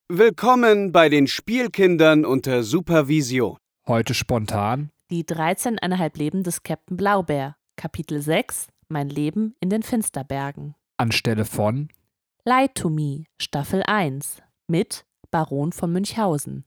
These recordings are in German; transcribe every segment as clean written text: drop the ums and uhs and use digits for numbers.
Willkommen bei den Spielkindern unter Supervision. Heute spontan Die 13,5 Leben des Captain Blaubeer. Kapitel 6 Mein Leben in den Finsterbergen. anstelle von Lie to Me, Staffel 1 mit Baron von Münchhausen.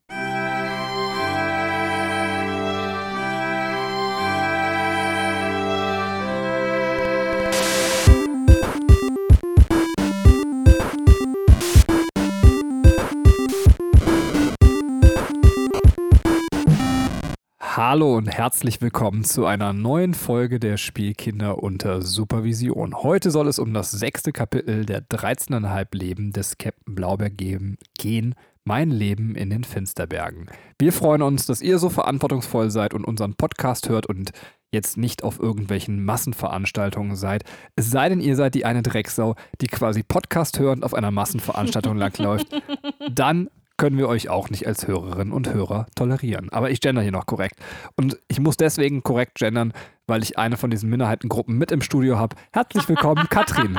Hallo und herzlich willkommen zu einer neuen Folge der Spielkinder unter Supervision. Heute soll es um das 6. Kapitel der 13,5 Leben des Captain Blaubeer gehen, Mein Leben in den Finsterbergen. Wir freuen uns, dass ihr so verantwortungsvoll seid und unseren Podcast hört und jetzt nicht auf irgendwelchen Massenveranstaltungen seid. Es sei denn, ihr seid die eine Drecksau, die quasi Podcast hörend auf einer Massenveranstaltung langläuft. Dann können wir euch auch nicht als Hörerinnen und Hörer tolerieren. Aber ich gender hier noch korrekt. Und ich muss deswegen korrekt gendern, weil ich eine von diesen Minderheitengruppen mit im Studio habe. Herzlich willkommen, Katrin.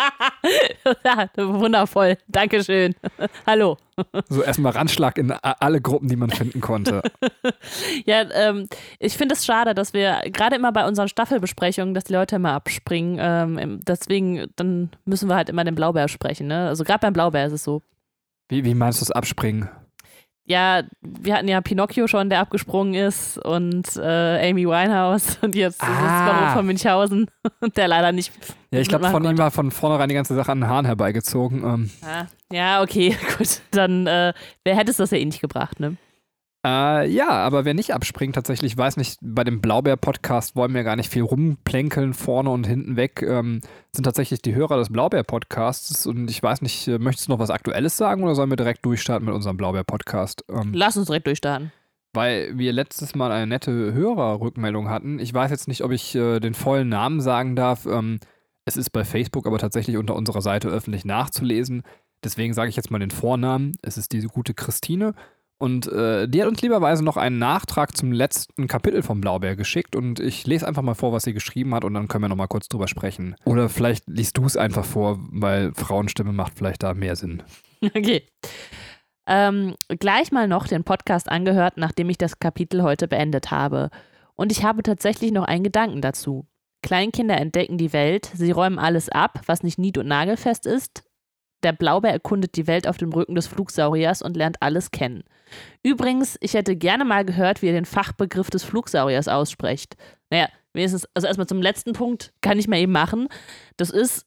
Ja, wundervoll. Dankeschön. Hallo. So erstmal Randschlag in alle Gruppen, die man finden konnte. Ja, ich finde es schade, dass wir gerade immer bei unseren Staffelbesprechungen, dass die Leute immer abspringen. Deswegen, dann müssen wir halt immer den Blaubeer sprechen. Ne? Also gerade beim Blaubeer ist es so. Wie meinst du das Abspringen? Ja, wir hatten ja Pinocchio schon, der abgesprungen ist und Amy Winehouse und jetzt ist es Baron von Münchhausen, der leider nicht. Ja, ich glaube, von ihm war von vornherein die ganze Sache an den Haaren herbeigezogen. Ja, okay, gut. Dann wer hätte es das ja eh nicht gebracht, ne? Ja, aber wer nicht abspringt, tatsächlich, weiß nicht, bei dem Blaubeer-Podcast wollen wir gar nicht viel rumplänkeln, vorne und hinten weg, sind tatsächlich die Hörer des Blaubeer-Podcasts und ich weiß nicht, möchtest du noch was Aktuelles sagen oder sollen wir direkt durchstarten mit unserem Blaubeer-Podcast? Lass uns direkt durchstarten. Weil wir letztes Mal eine nette Hörerrückmeldung hatten. Ich weiß jetzt nicht, ob ich den vollen Namen sagen darf. Es ist bei Facebook aber tatsächlich unter unserer Seite öffentlich nachzulesen. Deswegen sage ich jetzt mal den Vornamen. Es ist diese gute Christine. Und die hat uns lieberweise noch einen Nachtrag zum letzten Kapitel vom Blaubeer geschickt und ich lese einfach mal vor, was sie geschrieben hat und dann können wir nochmal kurz drüber sprechen. Oder vielleicht liest du es einfach vor, weil Frauenstimme macht vielleicht da mehr Sinn. Okay. Gleich mal noch den Podcast angehört, nachdem ich das Kapitel heute beendet habe. Und ich habe tatsächlich noch einen Gedanken dazu. Kleinkinder entdecken die Welt, sie räumen alles ab, was nicht nied- und nagelfest ist. Der Blaubeer erkundet die Welt auf dem Rücken des Flugsauriers und lernt alles kennen. Übrigens, ich hätte gerne mal gehört, wie ihr den Fachbegriff des Flugsauriers aussprecht. Naja, wenigstens, also erstmal zum letzten Punkt, kann ich mal eben machen. Das ist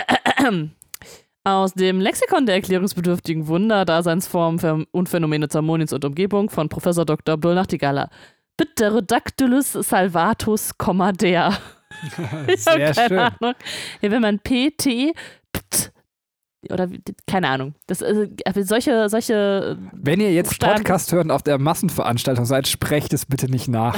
aus dem Lexikon der erklärungsbedürftigen Wunder, Daseinsformen und Phänomene Zermoniens und Umgebung von Professor Dr. Abdul Nachtigaller. Pterodactylus salvatus, der. Sehr schön. Ahnung. Ja, wenn man PT, oder keine Ahnung. Das solche. Wenn ihr jetzt Buchstaben. Podcast hören auf der Massenveranstaltung seid, sprecht es bitte nicht nach.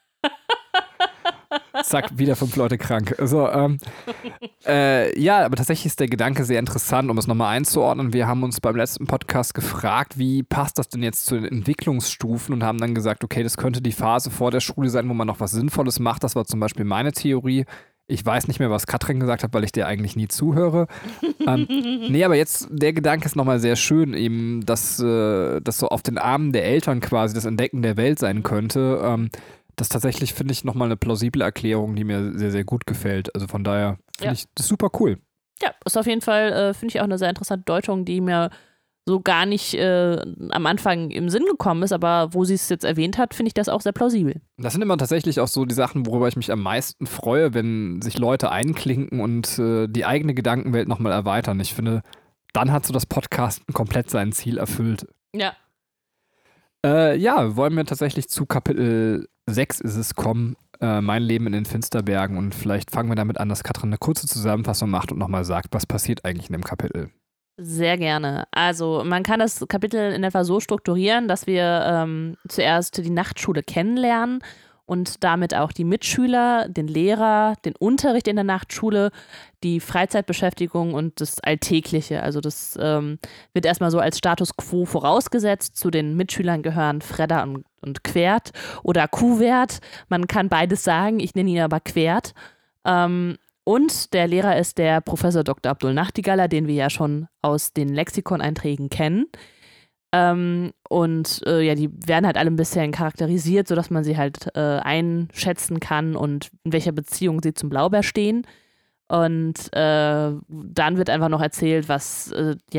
Zack, wieder 5 Leute krank. So, ja, aber tatsächlich ist der Gedanke sehr interessant, um es nochmal einzuordnen. Wir haben uns beim letzten Podcast gefragt, wie passt das denn jetzt zu den Entwicklungsstufen und haben dann gesagt, okay, das könnte die Phase vor der Schule sein, wo man noch was Sinnvolles macht. Das war zum Beispiel meine Theorie. Ich weiß nicht mehr, was Katrin gesagt hat, weil ich dir eigentlich nie zuhöre. Nee, aber jetzt, der Gedanke ist nochmal sehr schön, eben, dass das so auf den Armen der Eltern quasi das Entdecken der Welt sein könnte. Das tatsächlich finde ich nochmal eine plausible Erklärung, die mir sehr, sehr gut gefällt. Also von daher finde ich das super cool. Ja, ist auf jeden Fall, finde ich auch eine sehr interessante Deutung, die mir so gar nicht am Anfang im Sinn gekommen ist, aber wo sie es jetzt erwähnt hat, finde ich das auch sehr plausibel. Das sind immer tatsächlich auch so die Sachen, worüber ich mich am meisten freue, wenn sich Leute einklinken und die eigene Gedankenwelt nochmal erweitern. Ich finde, dann hat so das Podcasten komplett sein Ziel erfüllt. Ja. Ja, wollen wir tatsächlich zu Kapitel 6 ist es kommen, Mein Leben in den Finsterbergen und vielleicht fangen wir damit an, dass Katrin eine kurze Zusammenfassung macht und nochmal sagt, was passiert eigentlich in dem Kapitel. Sehr gerne. Also man kann das Kapitel in etwa so strukturieren, dass wir zuerst die Nachtschule kennenlernen und damit auch die Mitschüler, den Lehrer, den Unterricht in der Nachtschule, die Freizeitbeschäftigung und das Alltägliche. Also das wird erstmal so als Status quo vorausgesetzt. Zu den Mitschülern gehören Fredda und Quert oder Kuhwert. Man kann beides sagen, ich nenne ihn aber Quert. Und der Lehrer ist der Professor Dr. Abdul Nachtigaller, den wir ja schon aus den Lexikoneinträgen kennen. Die werden halt alle ein bisschen charakterisiert, sodass man sie halt einschätzen kann und in welcher Beziehung sie zum Blaubeer stehen. Und dann wird einfach noch erzählt, was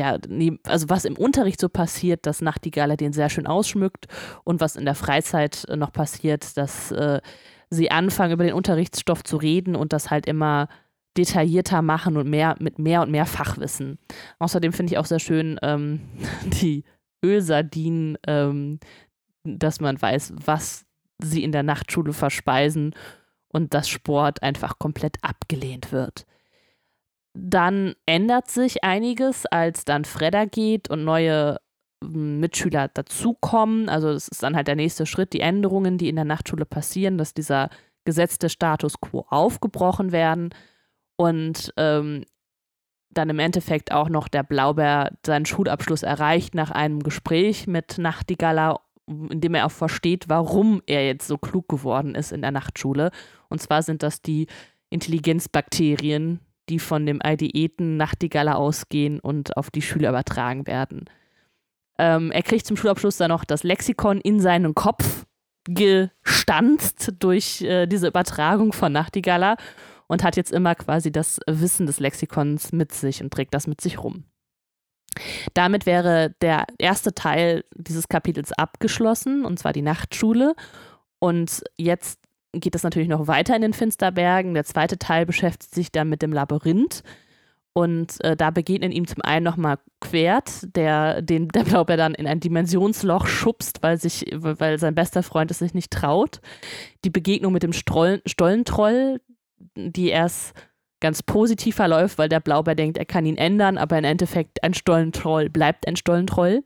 im Unterricht so passiert, dass Nachtigaller den sehr schön ausschmückt und was in der Freizeit noch passiert, dass sie anfangen, über den Unterrichtsstoff zu reden und das halt immer detaillierter machen und mit mehr und mehr Fachwissen. Außerdem finde ich auch sehr schön die Ölsardinen, dass man weiß, was sie in der Nachtschule verspeisen und dass Sport einfach komplett abgelehnt wird. Dann ändert sich einiges, als dann Fredda geht und neue Mitschüler dazukommen. Also das ist dann halt der nächste Schritt, die Änderungen, die in der Nachtschule passieren, dass dieser gesetzte Status quo aufgebrochen werden und dann im Endeffekt auch noch der Blaubeer seinen Schulabschluss erreicht nach einem Gespräch mit Nachtigaller, in dem er auch versteht, warum er jetzt so klug geworden ist in der Nachtschule. Und zwar sind das die Intelligenzbakterien, die von dem Eidieten Nachtigaller ausgehen und auf die Schüler übertragen werden. Er kriegt zum Schulabschluss dann noch das Lexikon in seinen Kopf gestanzt durch diese Übertragung von Nachtigaller und hat jetzt immer quasi das Wissen des Lexikons mit sich und trägt das mit sich rum. Damit wäre der erste Teil dieses Kapitels abgeschlossen, und zwar die Nachtschule. Und jetzt geht es natürlich noch weiter in den Finsterbergen. Der zweite Teil beschäftigt sich dann mit dem Labyrinth. Und da begegnen ihm zum einen nochmal Quert, der Blaubeer dann in ein Dimensionsloch schubst, weil sein bester Freund es sich nicht traut. Die Begegnung mit dem Stollentroll, die erst ganz positiv verläuft, weil der Blaubeer denkt, er kann ihn ändern, aber im Endeffekt ein Stollentroll bleibt ein Stollentroll.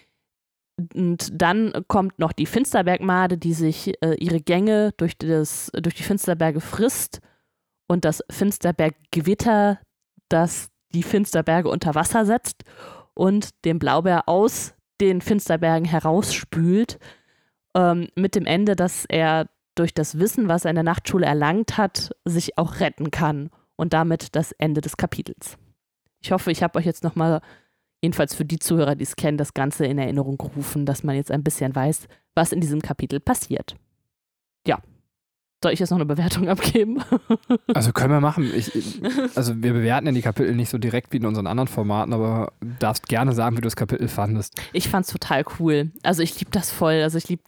Und dann kommt noch die Finsterbergmade, die sich ihre Gänge durch die Finsterberge frisst und das Finsterberggewitter, das die Finsterberge unter Wasser setzt und den Blaubeer aus den Finsterbergen herausspült, mit dem Ende, dass er durch das Wissen, was er in der Nachtschule erlangt hat, sich auch retten kann. Und damit das Ende des Kapitels. Ich hoffe, ich habe euch jetzt nochmal, jedenfalls für die Zuhörer, die es kennen, das Ganze in Erinnerung gerufen, dass man jetzt ein bisschen weiß, was in diesem Kapitel passiert. Ja. Soll ich jetzt noch eine Bewertung abgeben? Also können wir machen. Wir bewerten ja die Kapitel nicht so direkt wie in unseren anderen Formaten, aber du darfst gerne sagen, wie du das Kapitel fandest. Ich fand's total cool. Also ich liebe das voll. Also ich liebe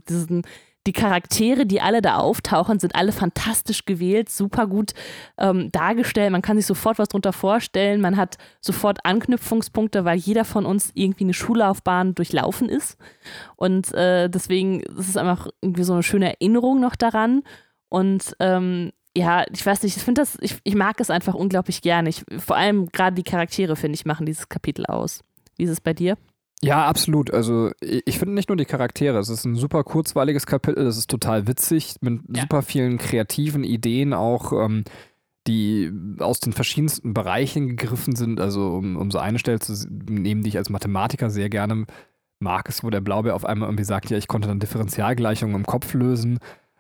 die Charaktere, die alle da auftauchen, sind alle fantastisch gewählt, super gut dargestellt. Man kann sich sofort was drunter vorstellen. Man hat sofort Anknüpfungspunkte, weil jeder von uns irgendwie eine Schullaufbahn durchlaufen ist. Und deswegen ist es einfach irgendwie so eine schöne Erinnerung noch daran. Und ich weiß nicht, ich mag es einfach unglaublich gerne. Vor allem gerade die Charaktere, finde ich, machen dieses Kapitel aus. Wie ist es bei dir? Ja, absolut. Also ich finde nicht nur die Charaktere, es ist ein super kurzweiliges Kapitel, es ist total witzig, mit super vielen kreativen Ideen auch, die aus den verschiedensten Bereichen gegriffen sind. Also um so eine Stelle zu nehmen, die ich als Mathematiker sehr gerne mag, ist, wo der Blaubeer auf einmal irgendwie sagt, ja, ich konnte dann Differentialgleichungen im Kopf lösen.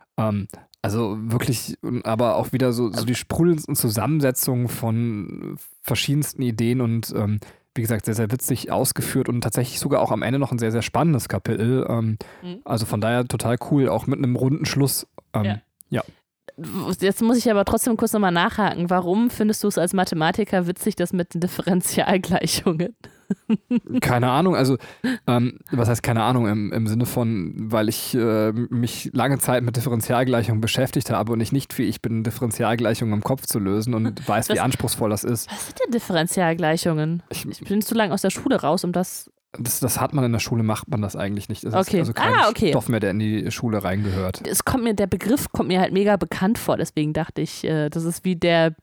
Also wirklich, aber auch wieder so die sprudelndsten Zusammensetzungen von verschiedensten Ideen und wie gesagt, sehr, sehr witzig ausgeführt und tatsächlich sogar auch am Ende noch ein sehr, sehr spannendes Kapitel. Also von daher total cool, auch mit einem runden Schluss. Ja. Jetzt muss ich aber trotzdem kurz nochmal nachhaken. Warum findest du es als Mathematiker witzig, das mit den Differentialgleichungen? Keine Ahnung, also was heißt keine Ahnung, im Sinne von, weil ich mich lange Zeit mit Differentialgleichungen beschäftigt habe und ich nicht wie ich bin, Differentialgleichungen im Kopf zu lösen und weiß, wie anspruchsvoll das ist. Was sind denn Differentialgleichungen? Ich bin zu lange aus der Schule raus, um das... Das hat man in der Schule, macht man das eigentlich nicht. Das ist also kein Stoff mehr, der in die Schule reingehört. Der Begriff kommt mir halt mega bekannt vor, deswegen dachte ich, das ist wie der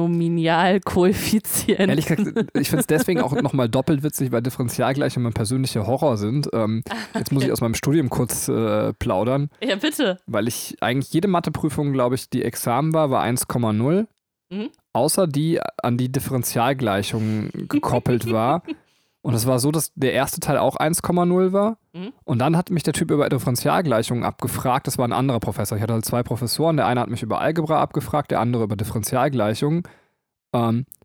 Binomialkoeffizient. Ehrlich gesagt, ich finde es deswegen auch nochmal doppelt witzig, weil Differentialgleichungen mein persönlicher Horror sind. Jetzt muss ich aus meinem Studium kurz plaudern. Ja, bitte. Weil ich eigentlich jede Matheprüfung, glaube ich, die Examen war 1,0. Außer die an die Differentialgleichung gekoppelt war. Und es war so, dass der erste Teil auch 1,0 war. Und dann hat mich der Typ über Differentialgleichungen abgefragt. Das war ein anderer Professor. Ich hatte halt 2 Professoren. Der eine hat mich über Algebra abgefragt, der andere über Differentialgleichungen.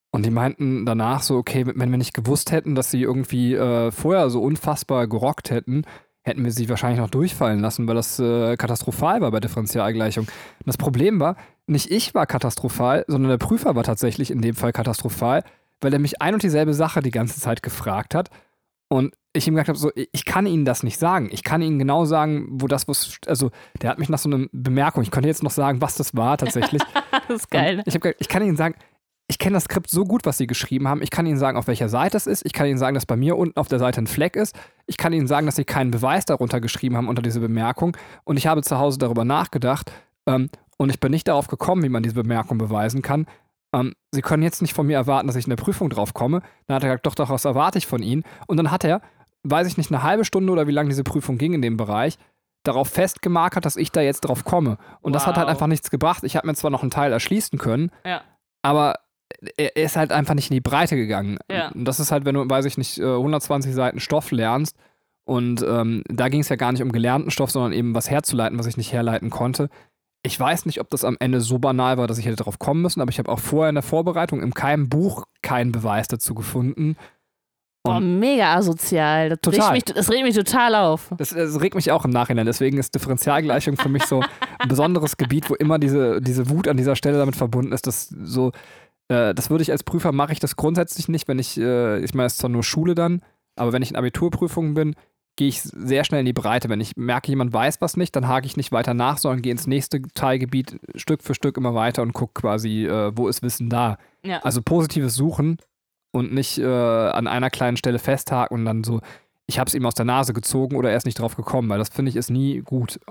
Und die meinten danach so, okay, wenn wir nicht gewusst hätten, dass sie irgendwie vorher so unfassbar gerockt hätten wir sie wahrscheinlich noch durchfallen lassen, weil das katastrophal war bei Differentialgleichung. Und das Problem war, nicht ich war katastrophal, sondern der Prüfer war tatsächlich in dem Fall katastrophal, weil er mich ein und dieselbe Sache die ganze Zeit gefragt hat. Und ich ihm gesagt habe, so, ich kann Ihnen das nicht sagen. Ich kann Ihnen genau sagen, also der hat mich nach so einer Bemerkung, ich konnte jetzt noch sagen, was das war tatsächlich. Das ist geil. Ich kann Ihnen sagen, ich kenne das Skript so gut, was Sie geschrieben haben. Ich kann Ihnen sagen, auf welcher Seite es ist. Ich kann Ihnen sagen, dass bei mir unten auf der Seite ein Fleck ist. Ich kann Ihnen sagen, dass Sie keinen Beweis darunter geschrieben haben unter diese Bemerkung. Und ich habe zu Hause darüber nachgedacht und ich bin nicht darauf gekommen, wie man diese Bemerkung beweisen kann. Sie können jetzt nicht von mir erwarten, dass ich in der Prüfung drauf komme. Dann hat er gesagt, doch, was erwarte ich von Ihnen? Und dann hat er, weiß ich nicht, eine halbe Stunde oder wie lange diese Prüfung ging in dem Bereich, darauf festgemarkert, dass ich da jetzt drauf komme. Und das hat halt einfach nichts gebracht. Ich habe mir zwar noch einen Teil erschließen können, aber er ist halt einfach nicht in die Breite gegangen. Ja. Und das ist halt, wenn du, weiß ich nicht, 120 Seiten Stoff lernst und da ging es ja gar nicht um gelernten Stoff, sondern eben was herzuleiten, was ich nicht herleiten konnte. Ich weiß nicht, ob das am Ende so banal war, dass ich hätte drauf kommen müssen, aber ich habe auch vorher in der Vorbereitung in keinem Buch keinen Beweis dazu gefunden. Boah, mega asozial. Das regt mich total auf. Das regt mich auch im Nachhinein. Deswegen ist Differentialgleichung für mich so ein besonderes Gebiet, wo immer diese Wut an dieser Stelle damit verbunden ist, dass so das würde ich als Prüfer, mache ich das grundsätzlich nicht, wenn ich meine, es ist zwar nur Schule dann, aber wenn ich in Abiturprüfungen bin, gehe ich sehr schnell in die Breite. Wenn ich merke, jemand weiß was nicht, dann hake ich nicht weiter nach, sondern gehe ins nächste Teilgebiet Stück für Stück immer weiter und gucke quasi, wo ist Wissen da. Ja. Also positives Suchen und nicht an einer kleinen Stelle festhaken und dann so, ich habe es ihm aus der Nase gezogen oder er ist nicht drauf gekommen, weil das finde ich ist nie gut.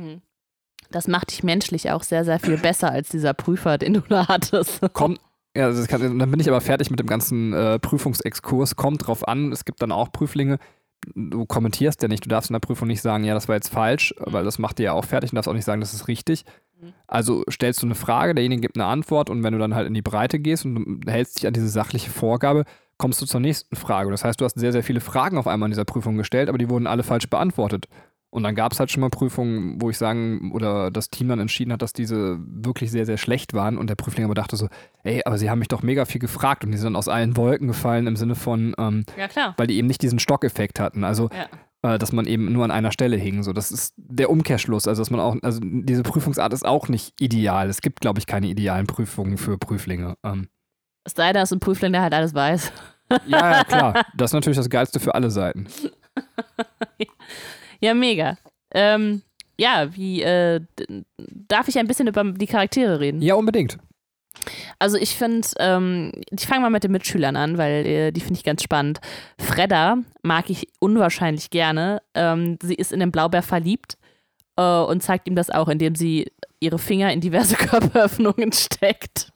Das macht dich menschlich auch sehr, sehr viel besser als dieser Prüfer, den du da hattest. Ja, dann bin ich aber fertig mit dem ganzen Prüfungsexkurs. Kommt drauf an, es gibt dann auch Prüflinge. Du kommentierst ja nicht, du darfst in der Prüfung nicht sagen, ja, das war jetzt falsch, weil das macht dir ja auch fertig und darfst auch nicht sagen, das ist richtig. Also stellst du eine Frage, derjenige gibt eine Antwort und wenn du dann halt in die Breite gehst und du hältst dich an diese sachliche Vorgabe, kommst du zur nächsten Frage. Das heißt, du hast sehr, sehr viele Fragen auf einmal in dieser Prüfung gestellt, aber die wurden alle falsch beantwortet. Und dann gab es halt schon mal Prüfungen, wo ich sagen, oder das Team dann entschieden hat, dass diese wirklich sehr, sehr schlecht waren und der Prüfling aber dachte so, ey, aber sie haben mich doch mega viel gefragt und die sind dann aus allen Wolken gefallen im Sinne von, ja, klar. Weil die eben nicht diesen Stockeffekt hatten, also dass man eben nur an einer Stelle hing, so, das ist der Umkehrschluss, also dass man auch, also diese Prüfungsart ist auch nicht ideal, es gibt, glaube ich, keine idealen Prüfungen für Prüflinge. Es sei denn, dass ein Prüfling, der halt alles weiß. Ja, klar, das ist natürlich das Geilste für alle Seiten. Ja, mega. Darf ich ein bisschen über die Charaktere reden? Ja, unbedingt. Also ich finde, ich fange mal mit den Mitschülern an, weil die finde ich ganz spannend. Fredda mag ich unwahrscheinlich gerne. Sie ist in den Blaubeer verliebt und zeigt ihm das auch, indem sie ihre Finger in diverse Körperöffnungen steckt.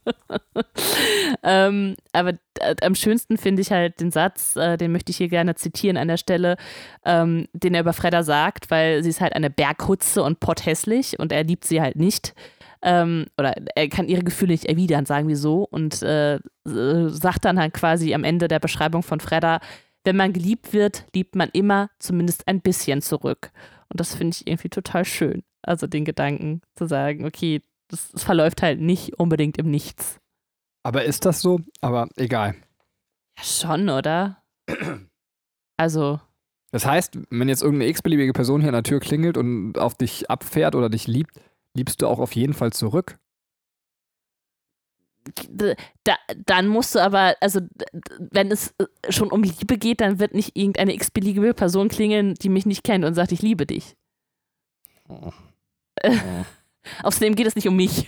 Aber am schönsten finde ich halt den Satz, den möchte ich hier gerne zitieren an der Stelle, den er über Fredda sagt, weil sie ist halt eine Berghutze und potthässlich und er liebt sie halt nicht. Oder er kann ihre Gefühle nicht erwidern, sagen wir so. Und sagt dann halt quasi am Ende der Beschreibung von Fredda, wenn man geliebt wird, liebt man immer zumindest ein bisschen zurück. Und das finde ich irgendwie total schön. Also den Gedanken zu sagen, okay, das verläuft halt nicht unbedingt im Nichts. Aber ist das so? Aber egal. Ja, schon, oder? Also. Das heißt, wenn jetzt irgendeine x-beliebige Person hier an der Tür klingelt und auf dich abfährt oder dich liebt, liebst du auch auf jeden Fall zurück? Dann musst du aber, also wenn es schon um Liebe geht, dann wird nicht irgendeine x-beliebige Person klingeln, die mich nicht kennt und sagt, ich liebe dich. Oh. Außerdem geht es nicht um mich.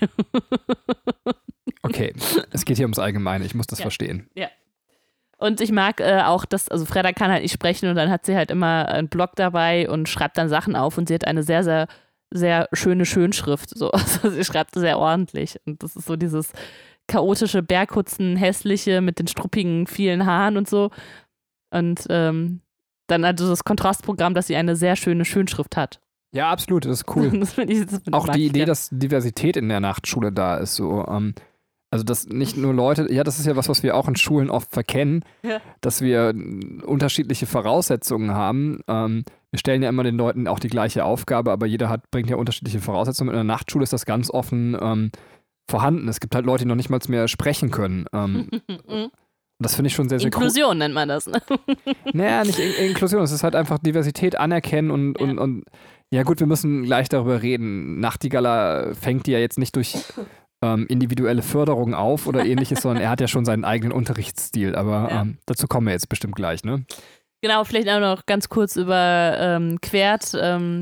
Okay, es geht hier ums Allgemeine, ich muss das verstehen. Ja. Und ich mag auch, dass, also Fredda kann halt nicht sprechen und dann hat sie halt immer einen Blog dabei und schreibt dann Sachen auf und sie hat eine sehr, sehr, sehr schöne Schönschrift. So. Also sie schreibt sehr ordentlich und das ist so dieses chaotische Berghutzen, hässliche mit den struppigen, vielen Haaren und so. Und dann also das Kontrastprogramm, dass sie eine sehr schöne Schönschrift hat. Ja, absolut, das ist cool. Das find ich auch die Idee, dass Diversität in der Nachtschule da ist, so, also dass nicht nur Leute, ja, das ist ja was wir auch in Schulen oft verkennen, dass wir unterschiedliche Voraussetzungen haben. Wir stellen ja immer den Leuten auch die gleiche Aufgabe, aber jeder bringt ja unterschiedliche Voraussetzungen. In der Nachtschule ist das ganz offen vorhanden. Es gibt halt Leute, die noch nicht mal mehr sprechen können. Das finde ich schon sehr, sehr cool. Inklusion nennt man das, ne? Naja, nicht Inklusion, es ist halt einfach Diversität anerkennen und ja gut, wir müssen gleich darüber reden. Nachtigaller fängt die ja jetzt nicht durch individuelle Förderung auf oder ähnliches, sondern er hat ja schon seinen eigenen Unterrichtsstil, aber dazu kommen wir jetzt bestimmt gleich, ne? Genau, vielleicht auch noch ganz kurz über Quert.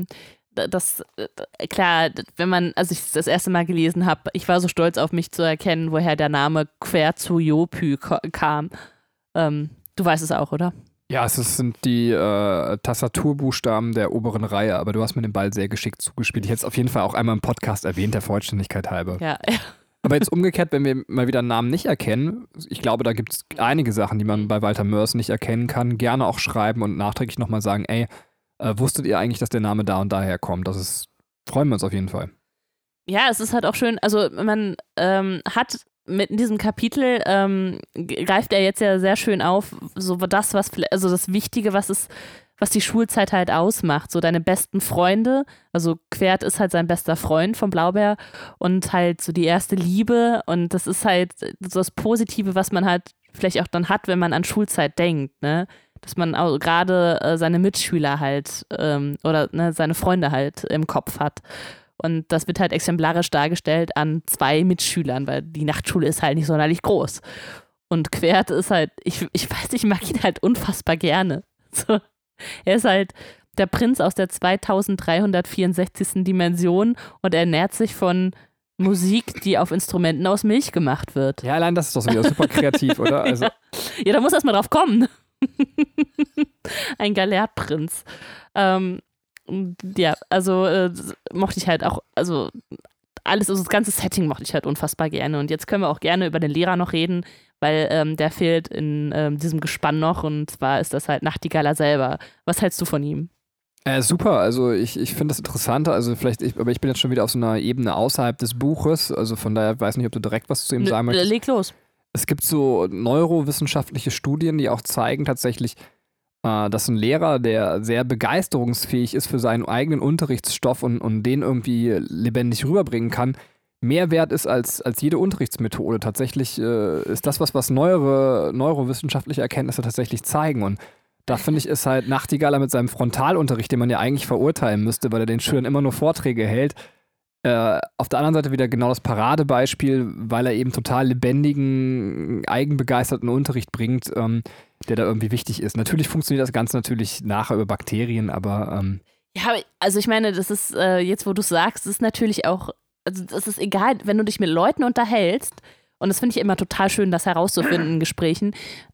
Klar, als ich es das erste Mal gelesen habe, ich war so stolz auf mich zu erkennen, woher der Name Quertsuyopü kam. Du weißt es auch, oder? Ja, es sind die Tastaturbuchstaben der oberen Reihe, aber du hast mir den Ball sehr geschickt zugespielt. Ich hätte es auf jeden Fall auch einmal im Podcast erwähnt, der Vollständigkeit halber. Ja. Aber jetzt umgekehrt, wenn wir mal wieder einen Namen nicht erkennen, ich glaube, da gibt es einige Sachen, die man bei Walter Mörs nicht erkennen kann, gerne auch schreiben und nachträglich nochmal sagen, ey, wusstet ihr eigentlich, dass der Name da und daher kommt? Freuen wir uns auf jeden Fall. Ja, es ist halt auch schön, also man hat mit diesem Kapitel greift er jetzt ja sehr schön auf, so das Wichtige, was die Schulzeit halt ausmacht, so deine besten Freunde, also Quert ist halt sein bester Freund vom Blaubeer und halt so die erste Liebe und das ist halt so das Positive, was man halt vielleicht auch dann hat, wenn man an Schulzeit denkt, ne? Dass man auch gerade seine Mitschüler halt oder seine Freunde halt im Kopf hat. Und das wird halt exemplarisch dargestellt an 2 Mitschülern, weil die Nachtschule ist halt nicht sonderlich groß. Und Quert ist halt, ich weiß nicht, ich mag ihn halt unfassbar gerne. So, er ist halt der Prinz aus der 2364. Dimension und er ernährt sich von Musik, die auf Instrumenten aus Milch gemacht wird. Ja, allein das ist doch wieder super kreativ, oder? Also ja, da muss erst mal drauf kommen. Ein Gelehrtprinz. Ja, also mochte ich halt auch, also das ganze Setting mochte ich halt unfassbar gerne. Und jetzt können wir auch gerne über den Lehrer noch reden, weil der fehlt in diesem Gespann noch und zwar ist das halt Nachtigaller selber. Was hältst du von ihm? Super, also ich finde das interessant, also aber ich bin jetzt schon wieder auf so einer Ebene außerhalb des Buches, also von daher weiß nicht, ob du direkt was zu ihm sagen möchtest. Leg los. Es gibt so neurowissenschaftliche Studien, die auch zeigen tatsächlich, dass ein Lehrer, der sehr begeisterungsfähig ist für seinen eigenen Unterrichtsstoff und den irgendwie lebendig rüberbringen kann, mehr wert ist als jede Unterrichtsmethode. Tatsächlich ist das, was neurowissenschaftliche Erkenntnisse tatsächlich zeigen. Und da finde ich, ist halt Nachtigaller mit seinem Frontalunterricht, den man ja eigentlich verurteilen müsste, weil er den Schülern immer nur Vorträge hält, auf der anderen Seite wieder genau das Paradebeispiel, weil er eben total lebendigen, eigenbegeisterten Unterricht bringt, der da irgendwie wichtig ist. Natürlich funktioniert das Ganze natürlich nachher über Bakterien, aber ja, also ich meine, das ist, jetzt wo du es sagst, ist natürlich auch, also das ist egal, wenn du dich mit Leuten unterhältst, und das finde ich immer total schön, das herauszufinden in Gesprächen,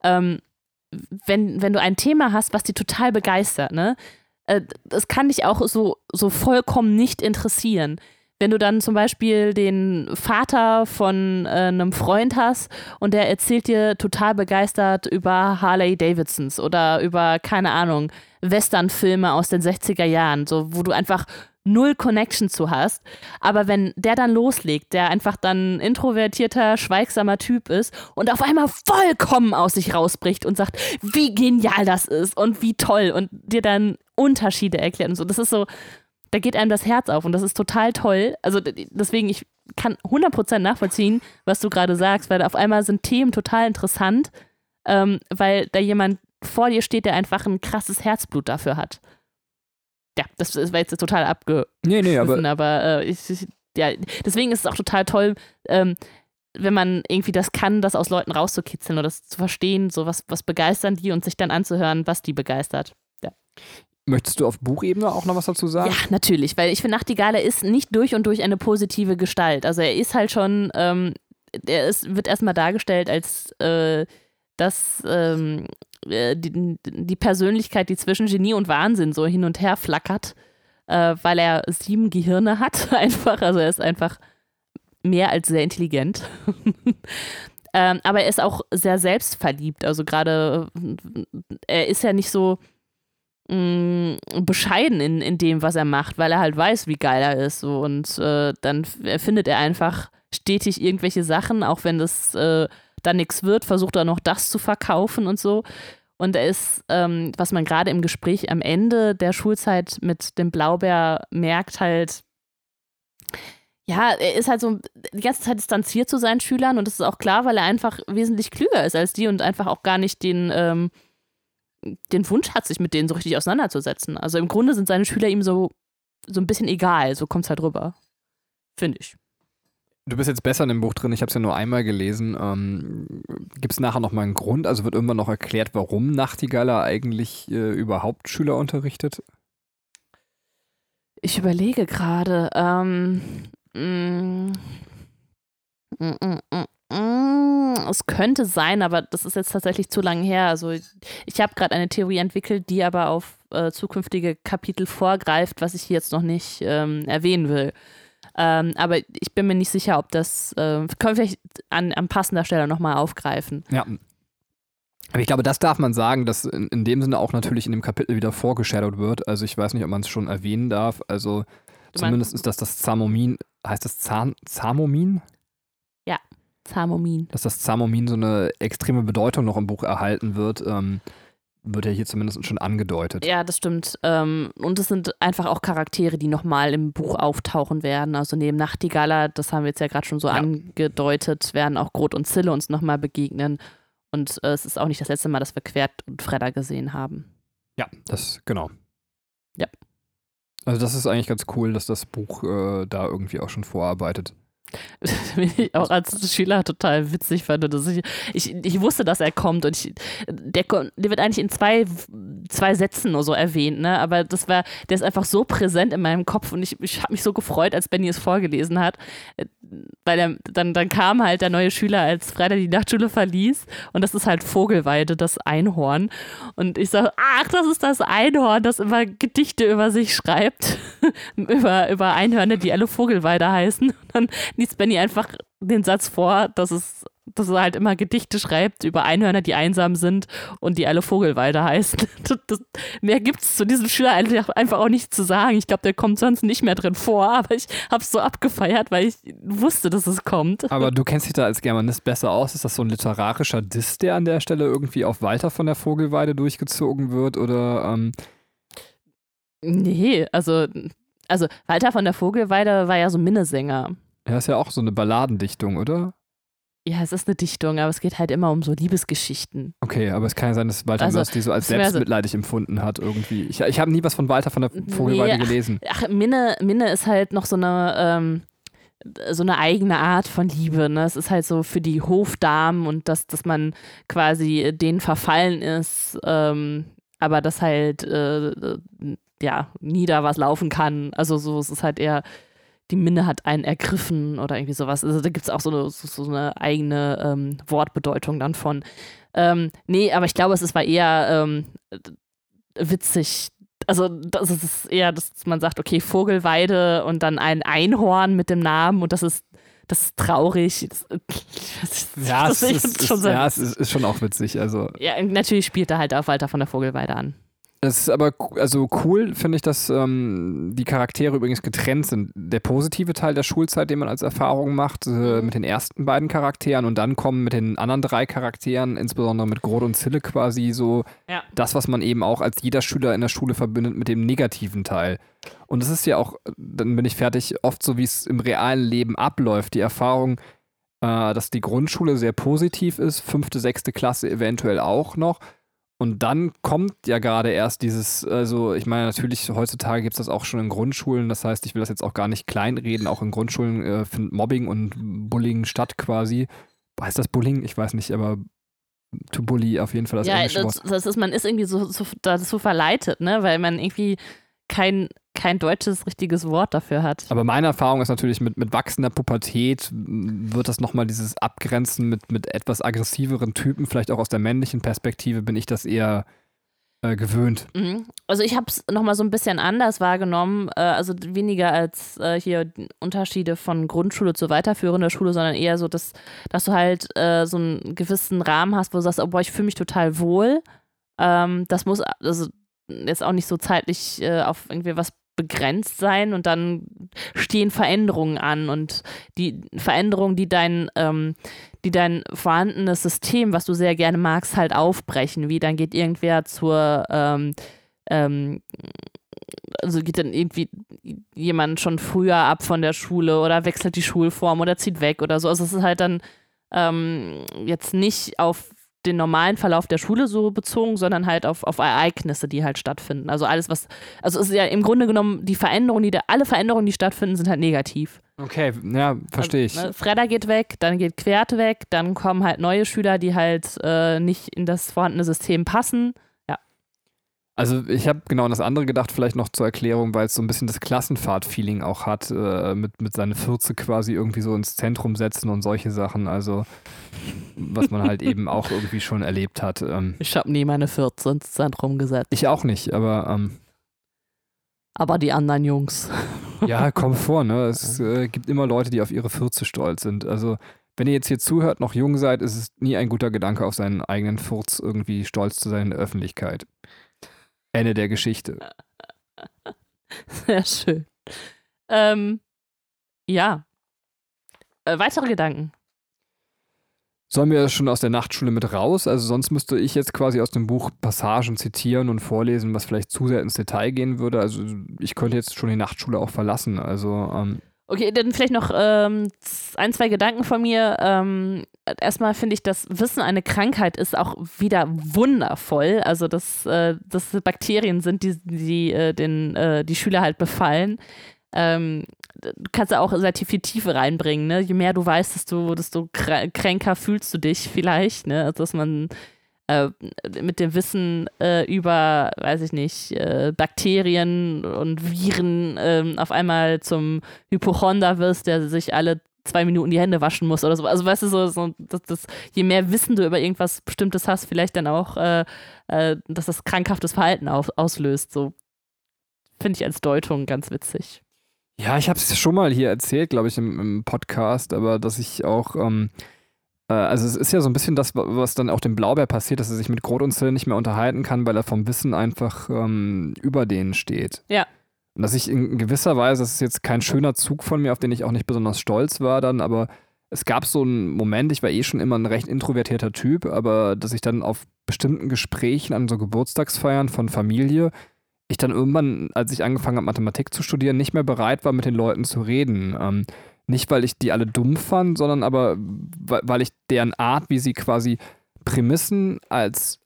wenn du ein Thema hast, was dich total begeistert, ne, das kann dich auch so vollkommen nicht interessieren. Wenn du dann zum Beispiel den Vater von einem Freund hast und der erzählt dir total begeistert über Harley Davidsons oder über, keine Ahnung, Westernfilme aus den 60er Jahren, so, wo du einfach 0 Connection zu hast. Aber wenn der dann loslegt, der einfach dann ein introvertierter, schweigsamer Typ ist und auf einmal vollkommen aus sich rausbricht und sagt, wie genial das ist und wie toll und dir dann Unterschiede erklärt und so, das ist so, da geht einem das Herz auf und das ist total toll. Also deswegen, ich kann 100% nachvollziehen, was du gerade sagst, weil auf einmal sind Themen total interessant, weil da jemand vor dir steht, der einfach ein krasses Herzblut dafür hat. Ja, das war jetzt total abgeschliffen, nee, aber ja, deswegen ist es auch total toll, wenn man irgendwie das kann, das aus Leuten rauszukitzeln oder das zu verstehen, so was begeistern die und sich dann anzuhören, was die begeistert. Ja. Möchtest du auf Buchebene auch noch was dazu sagen? Ja, natürlich, weil ich finde, Nachtigaller ist nicht durch und durch eine positive Gestalt. Also er ist halt schon, wird erstmal dargestellt als die Persönlichkeit, die zwischen Genie und Wahnsinn so hin und her flackert, weil er 7 Gehirne hat einfach. Also er ist einfach mehr als sehr intelligent. Aber er ist auch sehr selbstverliebt. Also gerade, er ist ja nicht so bescheiden in dem, was er macht, weil er halt weiß, wie geil er ist. So. Und dann erfindet er einfach stetig irgendwelche Sachen, auch wenn das dann nichts wird, versucht er noch das zu verkaufen und so. Und er ist, was man gerade im Gespräch am Ende der Schulzeit mit dem Blaubeer merkt, halt, Ja, er ist halt so die ganze Zeit distanziert zu seinen Schülern und das ist auch klar, weil er einfach wesentlich klüger ist als die und einfach auch gar nicht den Wunsch hat, sich mit denen so richtig auseinanderzusetzen. Also im Grunde sind seine Schüler ihm so ein bisschen egal, so kommt es halt rüber. Finde ich. Du bist jetzt besser in dem Buch drin, ich habe es ja nur einmal gelesen. Gibt es nachher nochmal einen Grund? Also wird irgendwann noch erklärt, warum Nachtigaller eigentlich überhaupt Schüler unterrichtet? Ich überlege gerade. Es könnte sein, aber das ist jetzt tatsächlich zu lange her. Also ich habe gerade eine Theorie entwickelt, die aber auf zukünftige Kapitel vorgreift, was ich hier jetzt noch nicht erwähnen will. Aber ich bin mir nicht sicher, ob das können wir vielleicht an passender Stelle nochmal aufgreifen. Ja. Aber ich glaube, das darf man sagen, dass in dem Sinne auch natürlich in dem Kapitel wieder vorgeshadowed wird. Also ich weiß nicht, ob man es schon erwähnen darf. Also zumindest ist das Zamomin, heißt das Zamomin? Ja, Zamomin. Dass das Zamomin so eine extreme Bedeutung noch im Buch erhalten wird, wird ja hier zumindest schon angedeutet. Ja, das stimmt. Und es sind einfach auch Charaktere, die nochmal im Buch auftauchen werden. Also neben Nachtigaller, das haben wir jetzt ja gerade schon so angedeutet, werden auch Groth und Zille uns nochmal begegnen. Und es ist auch nicht das letzte Mal, dass wir Quert und Fredda gesehen haben. Ja, das, genau. Ja. Also das ist eigentlich ganz cool, dass das Buch da irgendwie auch schon vorarbeitet. Bin ich auch als Schüler total witzig fand. Dass ich wusste, dass er kommt und der wird eigentlich in zwei Sätzen nur so erwähnt, ne? Aber der ist einfach so präsent in meinem Kopf und ich habe mich so gefreut, als Benny es vorgelesen hat, weil dann kam halt der neue Schüler, als Fredda die Nachtschule verließ und das ist halt Vogelweide, das Einhorn und ich sage, ach, das ist das Einhorn, das immer Gedichte über sich schreibt, über Einhörner, die alle Vogelweide heißen und dann liest Benny einfach den Satz vor, dass er halt immer Gedichte schreibt über Einhörner, die einsam sind und die alle Vogelweide heißen. Mehr gibt es zu diesem Schüler einfach auch nicht zu sagen. Ich glaube, der kommt sonst nicht mehr drin vor, aber ich habe es so abgefeiert, weil ich wusste, dass es kommt. Aber du kennst dich da als Germanist besser aus. Ist das so ein literarischer Diss, der an der Stelle irgendwie auf Walter von der Vogelweide durchgezogen wird? Oder? Nee, also Walter von der Vogelweide war ja so Minnesänger. Ja, ist ja auch so eine Balladendichtung, oder? Ja, es ist eine Dichtung, aber es geht halt immer um so Liebesgeschichten. Okay, aber es kann ja sein, dass Walter Mörs die so als selbstmitleidig empfunden hat irgendwie. Ich habe nie was von Walter von der Vogelweide gelesen. Ach, Minne ist halt noch so eine eigene Art von Liebe. Ne? Es ist halt so für die Hofdamen und dass man quasi denen verfallen ist, aber dass halt nie da was laufen kann. Also so, es ist halt eher die Minne hat einen ergriffen oder irgendwie sowas. Also da gibt es auch so eine eigene Wortbedeutung dann von. Nee, aber ich glaube, es war eher witzig. Also das ist eher, dass man sagt, okay, Vogelweide und dann ein Einhorn mit dem Namen und das ist traurig. Es ist schon auch witzig. Also. Ja, natürlich spielt er halt auch Walter von der Vogelweide an. Es ist aber also cool, finde ich, dass die Charaktere übrigens getrennt sind. Der positive Teil der Schulzeit, den man als Erfahrung macht, mit den ersten beiden Charakteren und dann kommen mit den anderen 3 Charakteren, insbesondere mit Groth und Zille quasi so das, was man eben auch als jeder Schüler in der Schule verbindet mit dem negativen Teil. Und es ist ja auch, dann bin ich fertig, oft so, wie es im realen Leben abläuft, die Erfahrung, dass die Grundschule sehr positiv ist, 5., 6. Klasse eventuell auch noch. Und dann kommt ja gerade erst also ich meine, natürlich heutzutage gibt es das auch schon in Grundschulen, das heißt, ich will das jetzt auch gar nicht kleinreden, auch in Grundschulen findet Mobbing und Bullying statt quasi. Heißt das Bullying? Ich weiß nicht, aber to bully auf jeden Fall das englische Wort. Das ist, man ist irgendwie so dazu verleitet, ne, weil man irgendwie kein deutsches, richtiges Wort dafür hat. Aber meine Erfahrung ist natürlich, mit wachsender Pubertät wird das nochmal dieses Abgrenzen mit etwas aggressiveren Typen, vielleicht auch aus der männlichen Perspektive, bin ich das eher gewöhnt. Also ich habe es nochmal so ein bisschen anders wahrgenommen, also weniger als hier Unterschiede von Grundschule zu weiterführender Schule, sondern eher so, dass du halt so einen gewissen Rahmen hast, wo du sagst, oh boah, ich fühle mich total wohl. Das muss also jetzt auch nicht so zeitlich auf irgendwie was begrenzt sein und dann stehen Veränderungen an und die Veränderungen, die dein vorhandenes System, was du sehr gerne magst, halt aufbrechen, wie dann geht irgendwer also geht dann irgendwie jemand schon früher ab von der Schule oder wechselt die Schulform oder zieht weg oder so. Also es ist halt dann jetzt nicht auf den normalen Verlauf der Schule so bezogen, sondern halt auf Ereignisse, die halt stattfinden. Also alles, also es ist ja im Grunde genommen alle Veränderungen, die stattfinden, sind halt negativ. Okay, ja, verstehe ich. Also, Fredda geht weg, dann geht Quert weg, dann kommen halt neue Schüler, die halt nicht in das vorhandene System passen. Ja. Also ich habe genau an das andere gedacht, vielleicht noch zur Erklärung, weil es so ein bisschen das Klassenfahrt-Feeling auch hat, mit seinen Fürze quasi irgendwie so ins Zentrum setzen und solche Sachen, also was man halt eben auch irgendwie schon erlebt hat. Ich habe nie meine Fürze ins Zentrum gesetzt. Ich auch nicht, aber die anderen Jungs. ja, kommt vor, ne? Es gibt immer Leute, die auf ihre Fürze stolz sind. Also wenn ihr jetzt hier zuhört, noch jung seid, ist es nie ein guter Gedanke, auf seinen eigenen Furz irgendwie stolz zu sein in der Öffentlichkeit. Ende der Geschichte. Sehr schön. Ja. Weitere Gedanken? Sollen wir schon aus der Nachtschule mit raus? Also sonst müsste ich jetzt quasi aus dem Buch Passagen zitieren und vorlesen, was vielleicht zu sehr ins Detail gehen würde. Also ich könnte jetzt schon die Nachtschule auch verlassen. Also okay, dann vielleicht noch 1-2 Gedanken von mir. Erstmal finde ich, dass Wissen eine Krankheit ist auch wieder wundervoll. Also dass Bakterien sind, die Schüler halt befallen. Du kannst ja auch relativ viel Tiefe reinbringen, ne? Je mehr du weißt, desto kränker fühlst du dich vielleicht, ne? Also, dass man mit dem Wissen über, weiß ich nicht, Bakterien und Viren auf einmal zum Hypochonder wirst, der sich alle 2 Minuten die Hände waschen muss oder so. Also weißt du, je mehr Wissen du über irgendwas Bestimmtes hast, vielleicht dann auch, dass das krankhaftes Verhalten auslöst. So finde ich als Deutung ganz witzig. ja, ich habe es schon mal hier erzählt, glaube ich, im Podcast, aber dass ich auch, also es ist ja so ein bisschen das, was dann auch dem Blaubeer passiert, dass er sich mit Groth und Zyll nicht mehr unterhalten kann, weil er vom Wissen einfach über denen steht. Ja. Und dass ich in gewisser Weise, das ist jetzt kein schöner Zug von mir, auf den ich auch nicht besonders stolz war dann, aber es gab so einen Moment, ich war schon immer ein recht introvertierter Typ, aber dass ich dann auf bestimmten Gesprächen an so Geburtstagsfeiern von Familie, ich dann irgendwann, als ich angefangen habe, Mathematik zu studieren, nicht mehr bereit war, mit den Leuten zu reden. Nicht, weil ich die alle dumm fand, sondern aber, weil ich deren Art, wie sie quasi Prämissen als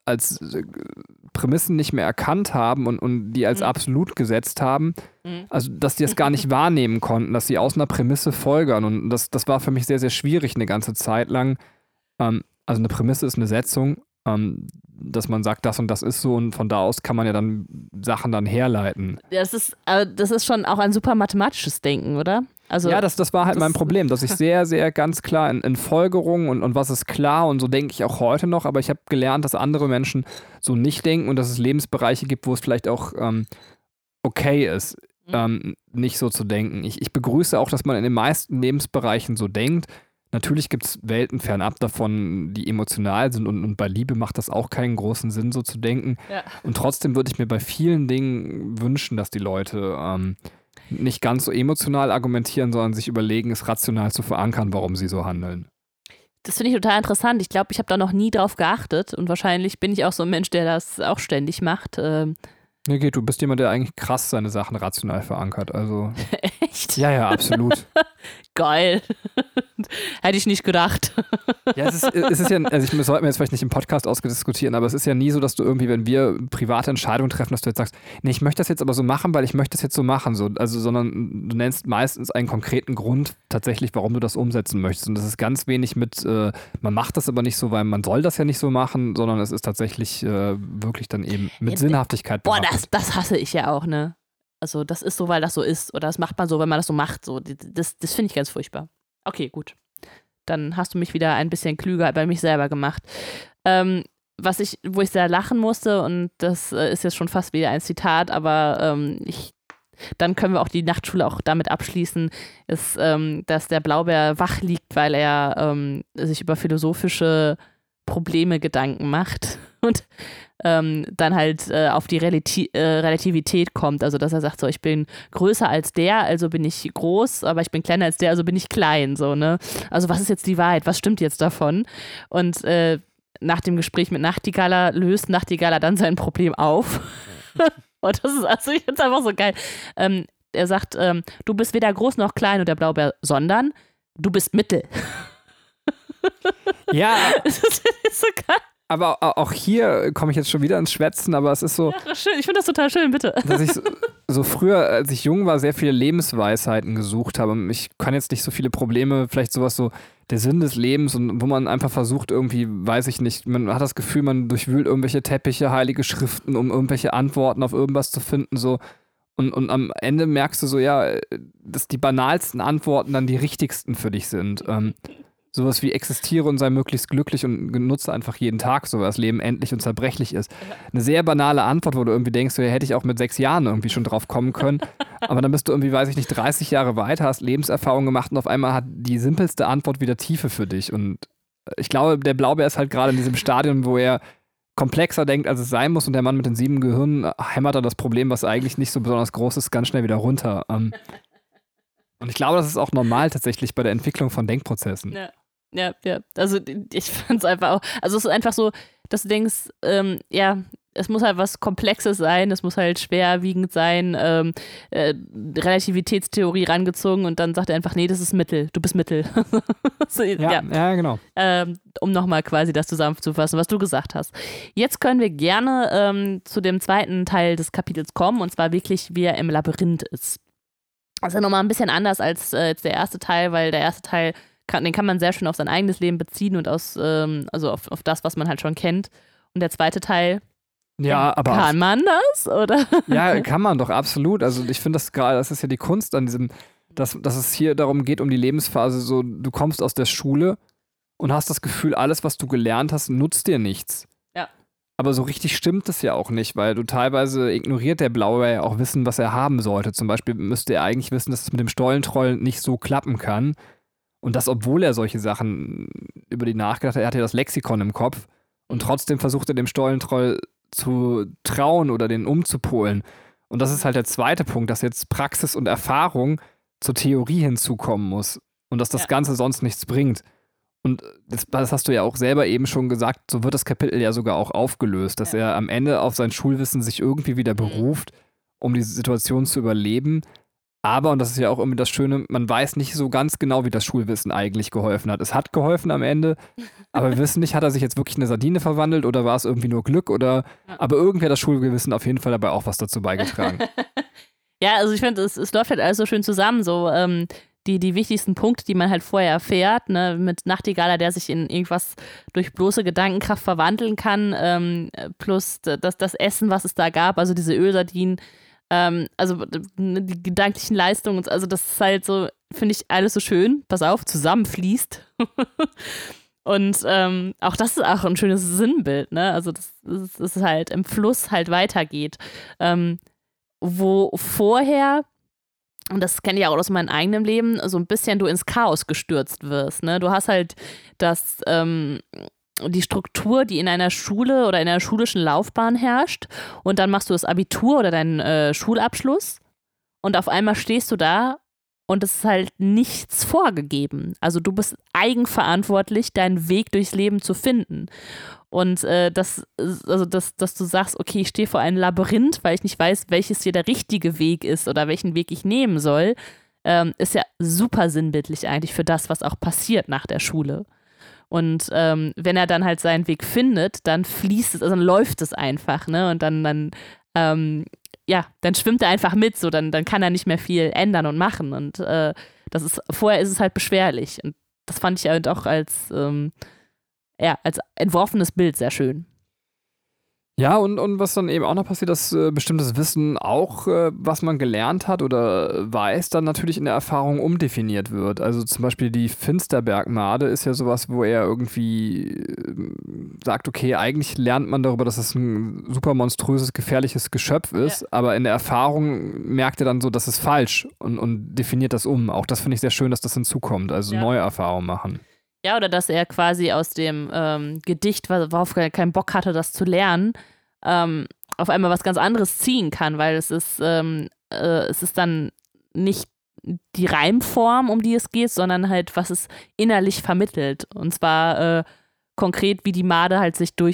Prämissen nicht mehr erkannt haben und die als absolut gesetzt haben, also dass die das gar nicht wahrnehmen konnten, dass sie aus einer Prämisse folgern. Und das war für mich sehr, sehr schwierig eine ganze Zeit lang. Also eine Prämisse ist eine Setzung, dass man sagt, das und das ist so und von da aus kann man ja dann Sachen dann herleiten. Das ist schon auch ein super mathematisches Denken, oder? Also, ja, das war halt mein Problem, dass ich sehr, sehr ganz klar in Folgerungen und was ist klar und so denke ich auch heute noch, aber ich habe gelernt, dass andere Menschen so nicht denken und dass es Lebensbereiche gibt, wo es vielleicht auch okay ist, nicht so zu denken. Ich begrüße auch, dass man in den meisten Lebensbereichen so denkt. Natürlich gibt es Welten fernab davon, die emotional sind und bei Liebe macht das auch keinen großen Sinn, so zu denken. Ja. Und trotzdem würde ich mir bei vielen Dingen wünschen, dass die Leute nicht ganz so emotional argumentieren, sondern sich überlegen, es rational zu verankern, warum sie so handeln. Das finde ich total interessant. Ich glaube, ich habe da noch nie drauf geachtet und wahrscheinlich bin ich auch so ein Mensch, der das auch ständig macht. Nee, geht, du bist jemand, der eigentlich krass seine Sachen rational verankert. Also echt? Ja, absolut. Geil. Hätte ich nicht gedacht. Ja, es ist ja, also wir sollten jetzt vielleicht nicht im Podcast ausdiskutieren, aber es ist ja nie so, dass du irgendwie, wenn wir private Entscheidungen treffen, dass du jetzt sagst, nee, ich möchte das jetzt aber so machen, weil ich möchte das jetzt so machen. So, also, sondern du nennst meistens einen konkreten Grund tatsächlich, warum du das umsetzen möchtest. Und das ist ganz wenig mit, man macht das aber nicht so, weil man soll das ja nicht so machen, sondern es ist tatsächlich wirklich dann eben mit Sinnhaftigkeit behaftet. Boah, das hasse ich ja auch, ne? Also das ist so, weil das so ist. Oder das macht man so, weil man das so macht. So. Das finde ich ganz furchtbar. Okay, gut. Dann hast du mich wieder ein bisschen klüger bei mich selber gemacht. Wo ich sehr lachen musste, und das ist jetzt schon fast wieder ein Zitat, aber dann können wir auch die Nachtschule auch damit abschließen, ist, dass der Blaubeer wach liegt, weil er sich über philosophische Probleme Gedanken macht und dann halt auf die Relativität kommt. Also, dass er sagt, so, ich bin größer als der, also bin ich groß, aber ich bin kleiner als der, also bin ich klein, so, ne? Also, was ist jetzt die Wahrheit? Was stimmt jetzt davon? Und nach dem Gespräch mit Nachtigaller löst Nachtigaller dann sein Problem auf. Und das ist, also, ich finde es einfach so geil. er sagt, du bist weder groß noch klein und der Blaubeer, sondern du bist Mittel. Ja, Das ist so geil. aber auch hier komme ich jetzt schon wieder ins Schwätzen, aber es ist so, Ja, schön. Ich finde das total schön, bitte. dass ich so früher, als ich jung war, sehr viele Lebensweisheiten gesucht habe. Ich kann jetzt nicht so viele Probleme, vielleicht sowas so, der Sinn des Lebens und wo man einfach versucht irgendwie, weiß ich nicht, man hat das Gefühl, man durchwühlt irgendwelche Teppiche, heilige Schriften, um irgendwelche Antworten auf irgendwas zu finden, so. Und am Ende merkst du so, ja, dass die banalsten Antworten dann die richtigsten für dich sind. Sowas wie existiere und sei möglichst glücklich und nutze einfach jeden Tag, so das Leben endlich und zerbrechlich ist. Eine sehr banale Antwort, wo du irgendwie denkst, so, ja, hätte ich auch mit 6 Jahren irgendwie schon drauf kommen können. Aber dann bist du irgendwie, weiß ich nicht, 30 Jahre weiter, hast Lebenserfahrung gemacht und auf einmal hat die simpelste Antwort wieder Tiefe für dich. Und ich glaube, der Blaubeer ist halt gerade in diesem Stadium, wo er komplexer denkt, als es sein muss und der Mann mit den 7 Gehirnen hämmert da das Problem, was eigentlich nicht so besonders groß ist, ganz schnell wieder runter. Und ich glaube, das ist auch normal tatsächlich bei der Entwicklung von Denkprozessen. Ja. Also ich fand es einfach auch, also es ist einfach so, dass du denkst, es muss halt was Komplexes sein, es muss halt schwerwiegend sein, Relativitätstheorie rangezogen und dann sagt er einfach, nee, das ist Mittel, du bist Mittel. So, ja, genau. Um nochmal quasi das zusammenzufassen, was du gesagt hast. Jetzt können wir gerne zu dem zweiten Teil des Kapitels kommen und zwar wirklich, wie er im Labyrinth ist. Das ist ja nochmal ein bisschen anders als jetzt der erste Teil, weil der erste Teil den kann man sehr schön auf sein eigenes Leben beziehen und also auf das, was man halt schon kennt. Und der zweite Teil, ja, aber kann man das, oder? Ja, kann man doch, absolut. Also ich finde das gerade, das ist ja die Kunst an diesem, dass es hier darum geht, um die Lebensphase, so du kommst aus der Schule und hast das Gefühl, alles, was du gelernt hast, nutzt dir nichts. Ja. Aber so richtig stimmt es ja auch nicht, weil du teilweise ignoriert der Blaubeer ja auch Wissen, was er haben sollte. Zum Beispiel müsste er eigentlich wissen, dass es mit dem Stollentroll nicht so klappen kann. Und das, obwohl er solche Sachen über die nachgedacht hat, er hatte ja das Lexikon im Kopf und trotzdem versucht er dem Stollentroll zu trauen oder den umzupolen. Und das ist halt der zweite Punkt, dass jetzt Praxis und Erfahrung zur Theorie hinzukommen muss und dass das Ganze sonst nichts bringt. Und das hast du ja auch selber eben schon gesagt, so wird das Kapitel ja sogar auch aufgelöst, dass er am Ende auf sein Schulwissen sich irgendwie wieder beruft, um die Situation zu überleben. Aber, und das ist ja auch irgendwie das Schöne, man weiß nicht so ganz genau, wie das Schulwissen eigentlich geholfen hat. Es hat geholfen am Ende, aber wir wissen nicht, hat er sich jetzt wirklich in eine Sardine verwandelt oder war es irgendwie nur Glück oder, aber irgendwie hat das Schulgewissen auf jeden Fall dabei auch was dazu beigetragen. Ja, also ich finde, es läuft halt alles so schön zusammen, so die wichtigsten Punkte, die man halt vorher erfährt, ne, mit Nachtigaller, der sich in irgendwas durch bloße Gedankenkraft verwandeln kann, plus das Essen, was es da gab, also diese Ölsardinen, also die gedanklichen Leistungen, also das ist halt so, finde ich, alles so schön, pass auf, zusammenfließt. Und auch das ist auch ein schönes Sinnbild, ne? Also das ist halt im Fluss halt weitergeht. Wo vorher, und das kenne ich auch aus meinem eigenen Leben, so ein bisschen du ins Chaos gestürzt wirst, ne? Du hast halt die Struktur, die in einer Schule oder in einer schulischen Laufbahn herrscht und dann machst du das Abitur oder deinen Schulabschluss und auf einmal stehst du da und es ist halt nichts vorgegeben. Also du bist eigenverantwortlich, deinen Weg durchs Leben zu finden. Und dass du sagst, okay, ich stehe vor einem Labyrinth, weil ich nicht weiß, welches hier der richtige Weg ist oder welchen Weg ich nehmen soll, ist ja super sinnbildlich eigentlich für das, was auch passiert nach der Schule. Und wenn er dann halt seinen Weg findet, dann fließt es, also dann läuft es einfach, ne? Und dann schwimmt er einfach mit, so dann kann er nicht mehr viel ändern und machen. Und vorher ist es halt beschwerlich. Und das fand ich halt auch als entworfenes Bild sehr schön. Ja, und was dann eben auch noch passiert, dass bestimmtes Wissen auch, was man gelernt hat oder weiß, dann natürlich in der Erfahrung umdefiniert wird. Also zum Beispiel die Finsterberg-Made ist ja sowas, wo er irgendwie sagt, okay, eigentlich lernt man darüber, dass es ein super monströses, gefährliches Geschöpf ist, aber in der Erfahrung merkt er dann so, das ist falsch und definiert das um. Auch das finde ich sehr schön, dass das hinzukommt, also neue Erfahrungen machen. Ja, oder dass er quasi aus dem Gedicht, worauf er keinen Bock hatte, das zu lernen, auf einmal was ganz anderes ziehen kann, weil es ist dann nicht die Reimform, um die es geht, sondern halt, was es innerlich vermittelt. Und zwar konkret, wie die Made halt sich durch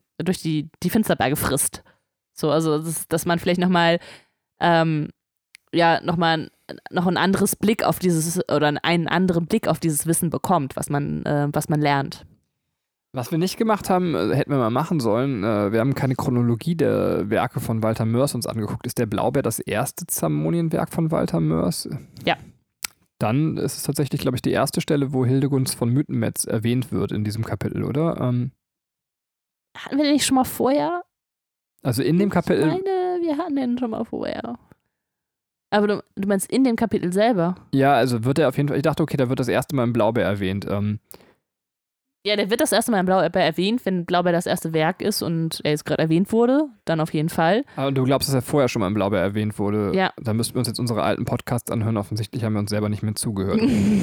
die Finsterberge frisst. So, also dass man vielleicht nochmal noch ein anderes Blick auf dieses, oder einen anderen Blick auf dieses Wissen bekommt, was man lernt. Was wir nicht gemacht haben, hätten wir mal machen sollen. Wir haben keine Chronologie der Werke von Walter Moers uns angeguckt. Ist der Blaubeer das erste Zamonienwerk von Walter Moers? Ja. Dann ist es tatsächlich, glaube ich, die erste Stelle, wo Hildegunst von Mythenmetz erwähnt wird in diesem Kapitel, oder? Hatten wir den nicht schon mal vorher? Also in dem Kapitel. Ich meine, wir hatten den schon mal vorher. Aber du meinst in dem Kapitel selber? Ja, also wird er auf jeden Fall, ich dachte, okay, da wird das erste Mal im Blaubeer erwähnt. Ja, der wird das erste Mal im Blaubeer erwähnt, wenn Blaubeer das erste Werk ist und er jetzt gerade erwähnt wurde, dann auf jeden Fall. Aber du glaubst, dass er vorher schon mal im Blaubeer erwähnt wurde? Ja. Dann müssten wir uns jetzt unsere alten Podcasts anhören. Offensichtlich haben wir uns selber nicht mehr zugehört.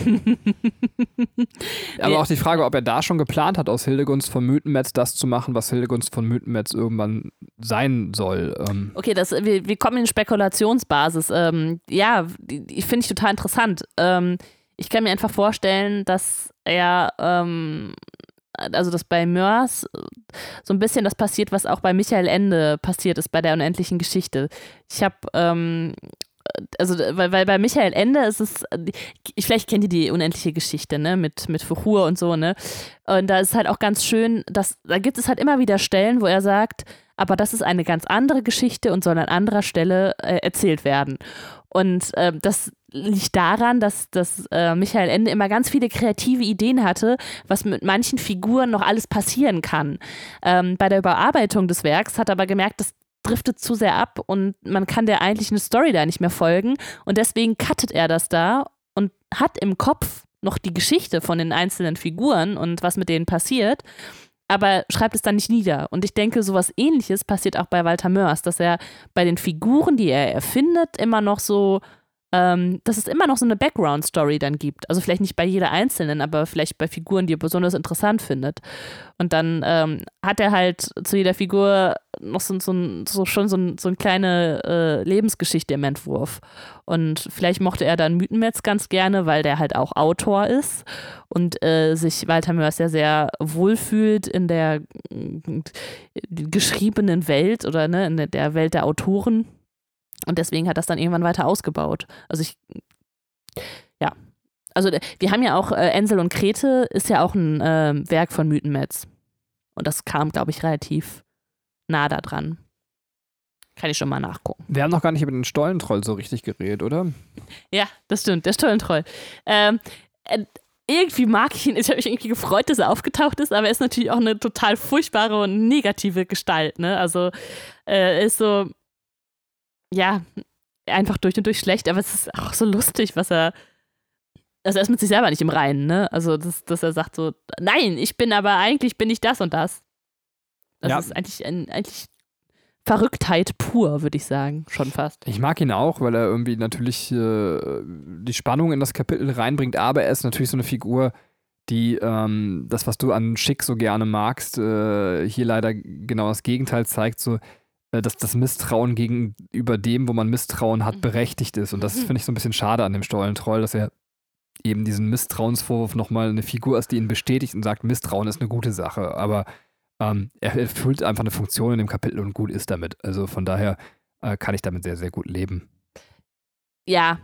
Aber auch die Frage, ob er da schon geplant hat, aus Hildegunst von Mythenmetz das zu machen, was Hildegunst von Mythenmetz irgendwann sein soll. Okay, wir kommen in Spekulationsbasis. Ja, die finde ich total interessant. Ich kann mir einfach vorstellen, dass er, also dass bei Moers so ein bisschen das passiert, was auch bei Michael Ende passiert ist, bei der unendlichen Geschichte. Ich habe, weil bei Michael Ende ist es, vielleicht kennt ihr die unendliche Geschichte, ne, mit Fuchur und so, ne, und da ist halt auch ganz schön, da gibt es halt immer wieder Stellen, wo er sagt, aber das ist eine ganz andere Geschichte und soll an anderer Stelle erzählt werden. Und das liegt daran, dass Michael Ende immer ganz viele kreative Ideen hatte, was mit manchen Figuren noch alles passieren kann. Bei der Überarbeitung des Werks hat er aber gemerkt, das driftet zu sehr ab und man kann der eigentlichen Story da nicht mehr folgen. Und deswegen cuttet er das da und hat im Kopf noch die Geschichte von den einzelnen Figuren und was mit denen passiert, aber schreibt es dann nicht nieder. Und ich denke, sowas Ähnliches passiert auch bei Walter Moers, dass er bei den Figuren, die er erfindet, immer noch so, dass es immer noch so eine Background-Story dann gibt. Also vielleicht nicht bei jeder einzelnen, aber vielleicht bei Figuren, die er besonders interessant findet. Und dann hat er halt zu jeder Figur noch so eine kleine Lebensgeschichte im Entwurf. Und vielleicht mochte er dann Mythenmetz ganz gerne, weil der halt auch Autor ist und sich Walter Moers sehr, sehr wohlfühlt in der geschriebenen Welt oder ne, in der Welt der Autoren. Und deswegen hat das dann irgendwann weiter ausgebaut. Also wir haben ja auch Ensel und Grete ist ja auch ein Werk von Mythenmetz. Und das kam, glaube ich, relativ nah da dran. Kann ich schon mal nachgucken. Wir haben noch gar nicht über den Stollentroll so richtig geredet, oder? Ja, das stimmt, der Stollentroll. Irgendwie mag ich ihn, ich habe mich irgendwie gefreut, dass er aufgetaucht ist, aber er ist natürlich auch eine total furchtbare und negative Gestalt, ne? Also er ist so, ja, einfach durch und durch schlecht, aber es ist auch so lustig, also er ist mit sich selber nicht im Reinen, ne? Also, dass er sagt so, nein, eigentlich bin ich das und das. Das ist eigentlich Verrücktheit pur, würde ich sagen, schon fast. Ich mag ihn auch, weil er irgendwie natürlich die Spannung in das Kapitel reinbringt, aber er ist natürlich so eine Figur, die das, was du an Schick so gerne magst, hier leider genau das Gegenteil zeigt, so dass das Misstrauen gegenüber dem, wo man Misstrauen hat, berechtigt ist. Und das finde ich so ein bisschen schade an dem Stollentroll, dass er eben diesen Misstrauensvorwurf nochmal eine Figur ist, die ihn bestätigt und sagt, Misstrauen ist eine gute Sache. Aber er erfüllt einfach eine Funktion in dem Kapitel und gut ist damit. Also von daher kann ich damit sehr, sehr gut leben. Ja,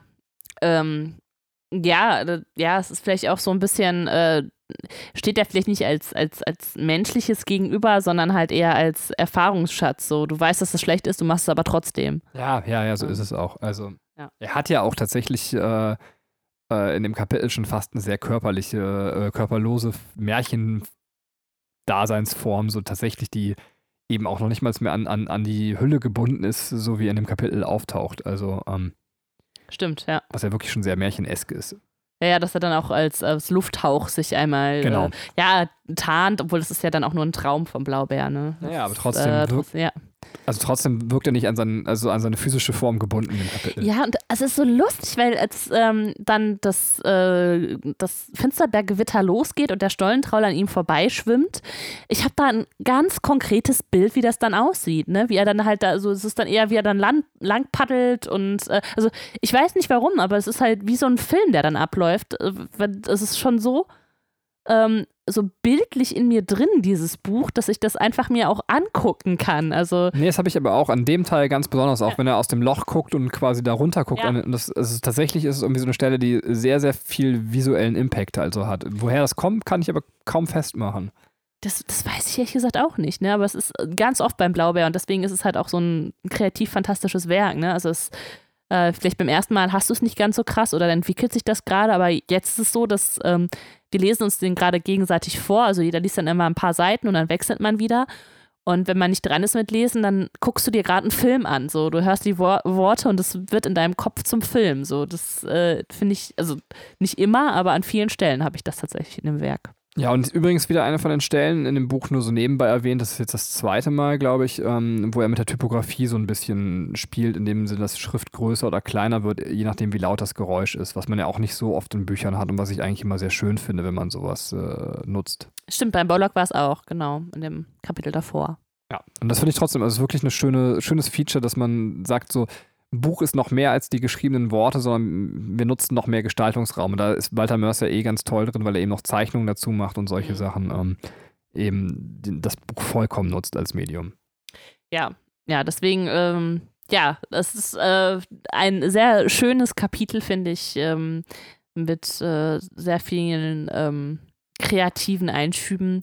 es ist vielleicht auch so ein bisschen, steht er vielleicht nicht als menschliches Gegenüber, sondern halt eher als Erfahrungsschatz. So, du weißt, dass es schlecht ist, du machst es aber trotzdem. Ja, so ist es auch. Also er hat ja auch tatsächlich in dem Kapitel schon fast eine sehr körperlose Märchen-Daseinsform, so tatsächlich, die eben auch noch nicht mal mehr an die Hülle gebunden ist, so wie er in dem Kapitel auftaucht. Also stimmt, ja. Was ja wirklich schon sehr märchenesk ist. Ja, dass er dann auch als Lufthauch sich einmal tarnt, obwohl das ist ja dann auch nur ein Traum vom Blaubeer, ne? Ja, aber trotzdem wirkt er nicht an seine physische Form gebunden im Kapitel. Ja, und es ist so lustig, weil als dann das Finsterberggewitter losgeht und der Stollentroll an ihm vorbeischwimmt, ich habe da ein ganz konkretes Bild, wie das dann aussieht, ne? Wie er dann halt da, so es ist dann eher, wie er dann lang paddelt und also ich weiß nicht warum, aber es ist halt wie so ein Film, der dann abläuft. Es ist schon so so bildlich in mir drin, dieses Buch, dass ich das einfach mir auch angucken kann. Also Nee, das habe ich aber auch an dem Teil ganz besonders, auch wenn er aus dem Loch guckt und quasi da runter guckt. Ja. Und tatsächlich ist es irgendwie so eine Stelle, die sehr, sehr viel visuellen Impact also hat. Woher das kommt, kann ich aber kaum festmachen. das weiß ich ehrlich gesagt auch nicht, ne? Aber es ist ganz oft beim Blaubeer und deswegen ist es halt auch so ein kreativ-fantastisches Werk, ne? Also es vielleicht beim ersten Mal hast du es nicht ganz so krass oder dann entwickelt sich das gerade, aber jetzt ist es so, dass wir lesen uns den gerade gegenseitig vor, also jeder liest dann immer ein paar Seiten und dann wechselt man wieder und wenn man nicht dran ist mit Lesen, dann guckst du dir gerade einen Film an, so du hörst die Worte und es wird in deinem Kopf zum Film, so das finde ich, also nicht immer, aber an vielen Stellen habe ich das tatsächlich in dem Werk. Ja, und übrigens wieder eine von den Stellen in dem Buch nur so nebenbei erwähnt, das ist jetzt das zweite Mal, glaube ich, wo er mit der Typografie so ein bisschen spielt, in dem Sinne, dass Schrift größer oder kleiner wird, je nachdem, wie laut das Geräusch ist, was man ja auch nicht so oft in Büchern hat und was ich eigentlich immer sehr schön finde, wenn man sowas nutzt. Stimmt, beim Bollock war es auch, genau, in dem Kapitel davor. Ja, und das finde ich trotzdem, also es ist wirklich ein schönes Feature, dass man sagt so, ein Buch ist noch mehr als die geschriebenen Worte, sondern wir nutzen noch mehr Gestaltungsraum. Und da ist Walter Mörs ja ganz toll drin, weil er eben noch Zeichnungen dazu macht und solche Sachen eben das Buch vollkommen nutzt als Medium. Ja, deswegen, das ist ein sehr schönes Kapitel, finde ich, mit sehr vielen kreativen Einschüben.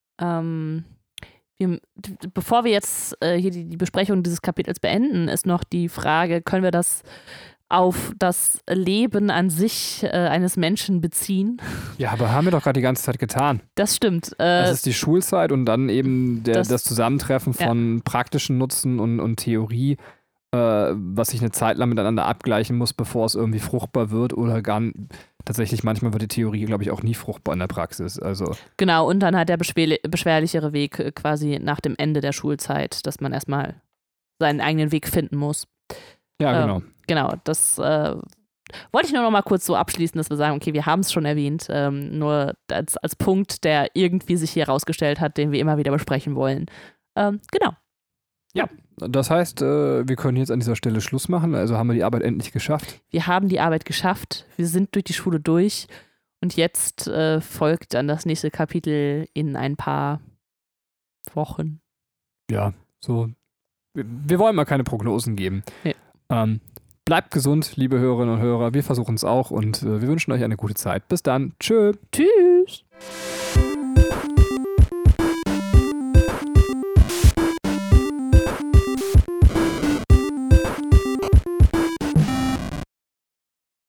Bevor wir jetzt hier die Besprechung dieses Kapitels beenden, ist noch die Frage, können wir das auf das Leben an sich eines Menschen beziehen? Ja, aber haben wir doch gerade die ganze Zeit getan. Das stimmt. Das ist die Schulzeit und dann eben das Zusammentreffen von praktischen Nutzen und Theorie, was ich eine Zeit lang miteinander abgleichen muss, bevor es irgendwie fruchtbar wird oder tatsächlich manchmal wird die Theorie, glaube ich, auch nie fruchtbar in der Praxis. Also genau, und dann halt der beschwerlichere Weg quasi nach dem Ende der Schulzeit, dass man erstmal seinen eigenen Weg finden muss. Ja, genau. Genau, das wollte ich nur noch mal kurz so abschließen, dass wir sagen, okay, wir haben es schon erwähnt, nur als Punkt, der irgendwie sich hier herausgestellt hat, den wir immer wieder besprechen wollen. Genau. Ja, das heißt, wir können jetzt an dieser Stelle Schluss machen. Also haben wir die Arbeit endlich geschafft. Wir haben die Arbeit geschafft. Wir sind durch die Schule durch. Und jetzt folgt dann das nächste Kapitel in ein paar Wochen. Ja, so. Wir wollen mal keine Prognosen geben. Nee. Bleibt gesund, liebe Hörerinnen und Hörer. Wir versuchen es auch und wir wünschen euch eine gute Zeit. Bis dann. Tschö. Tschüss.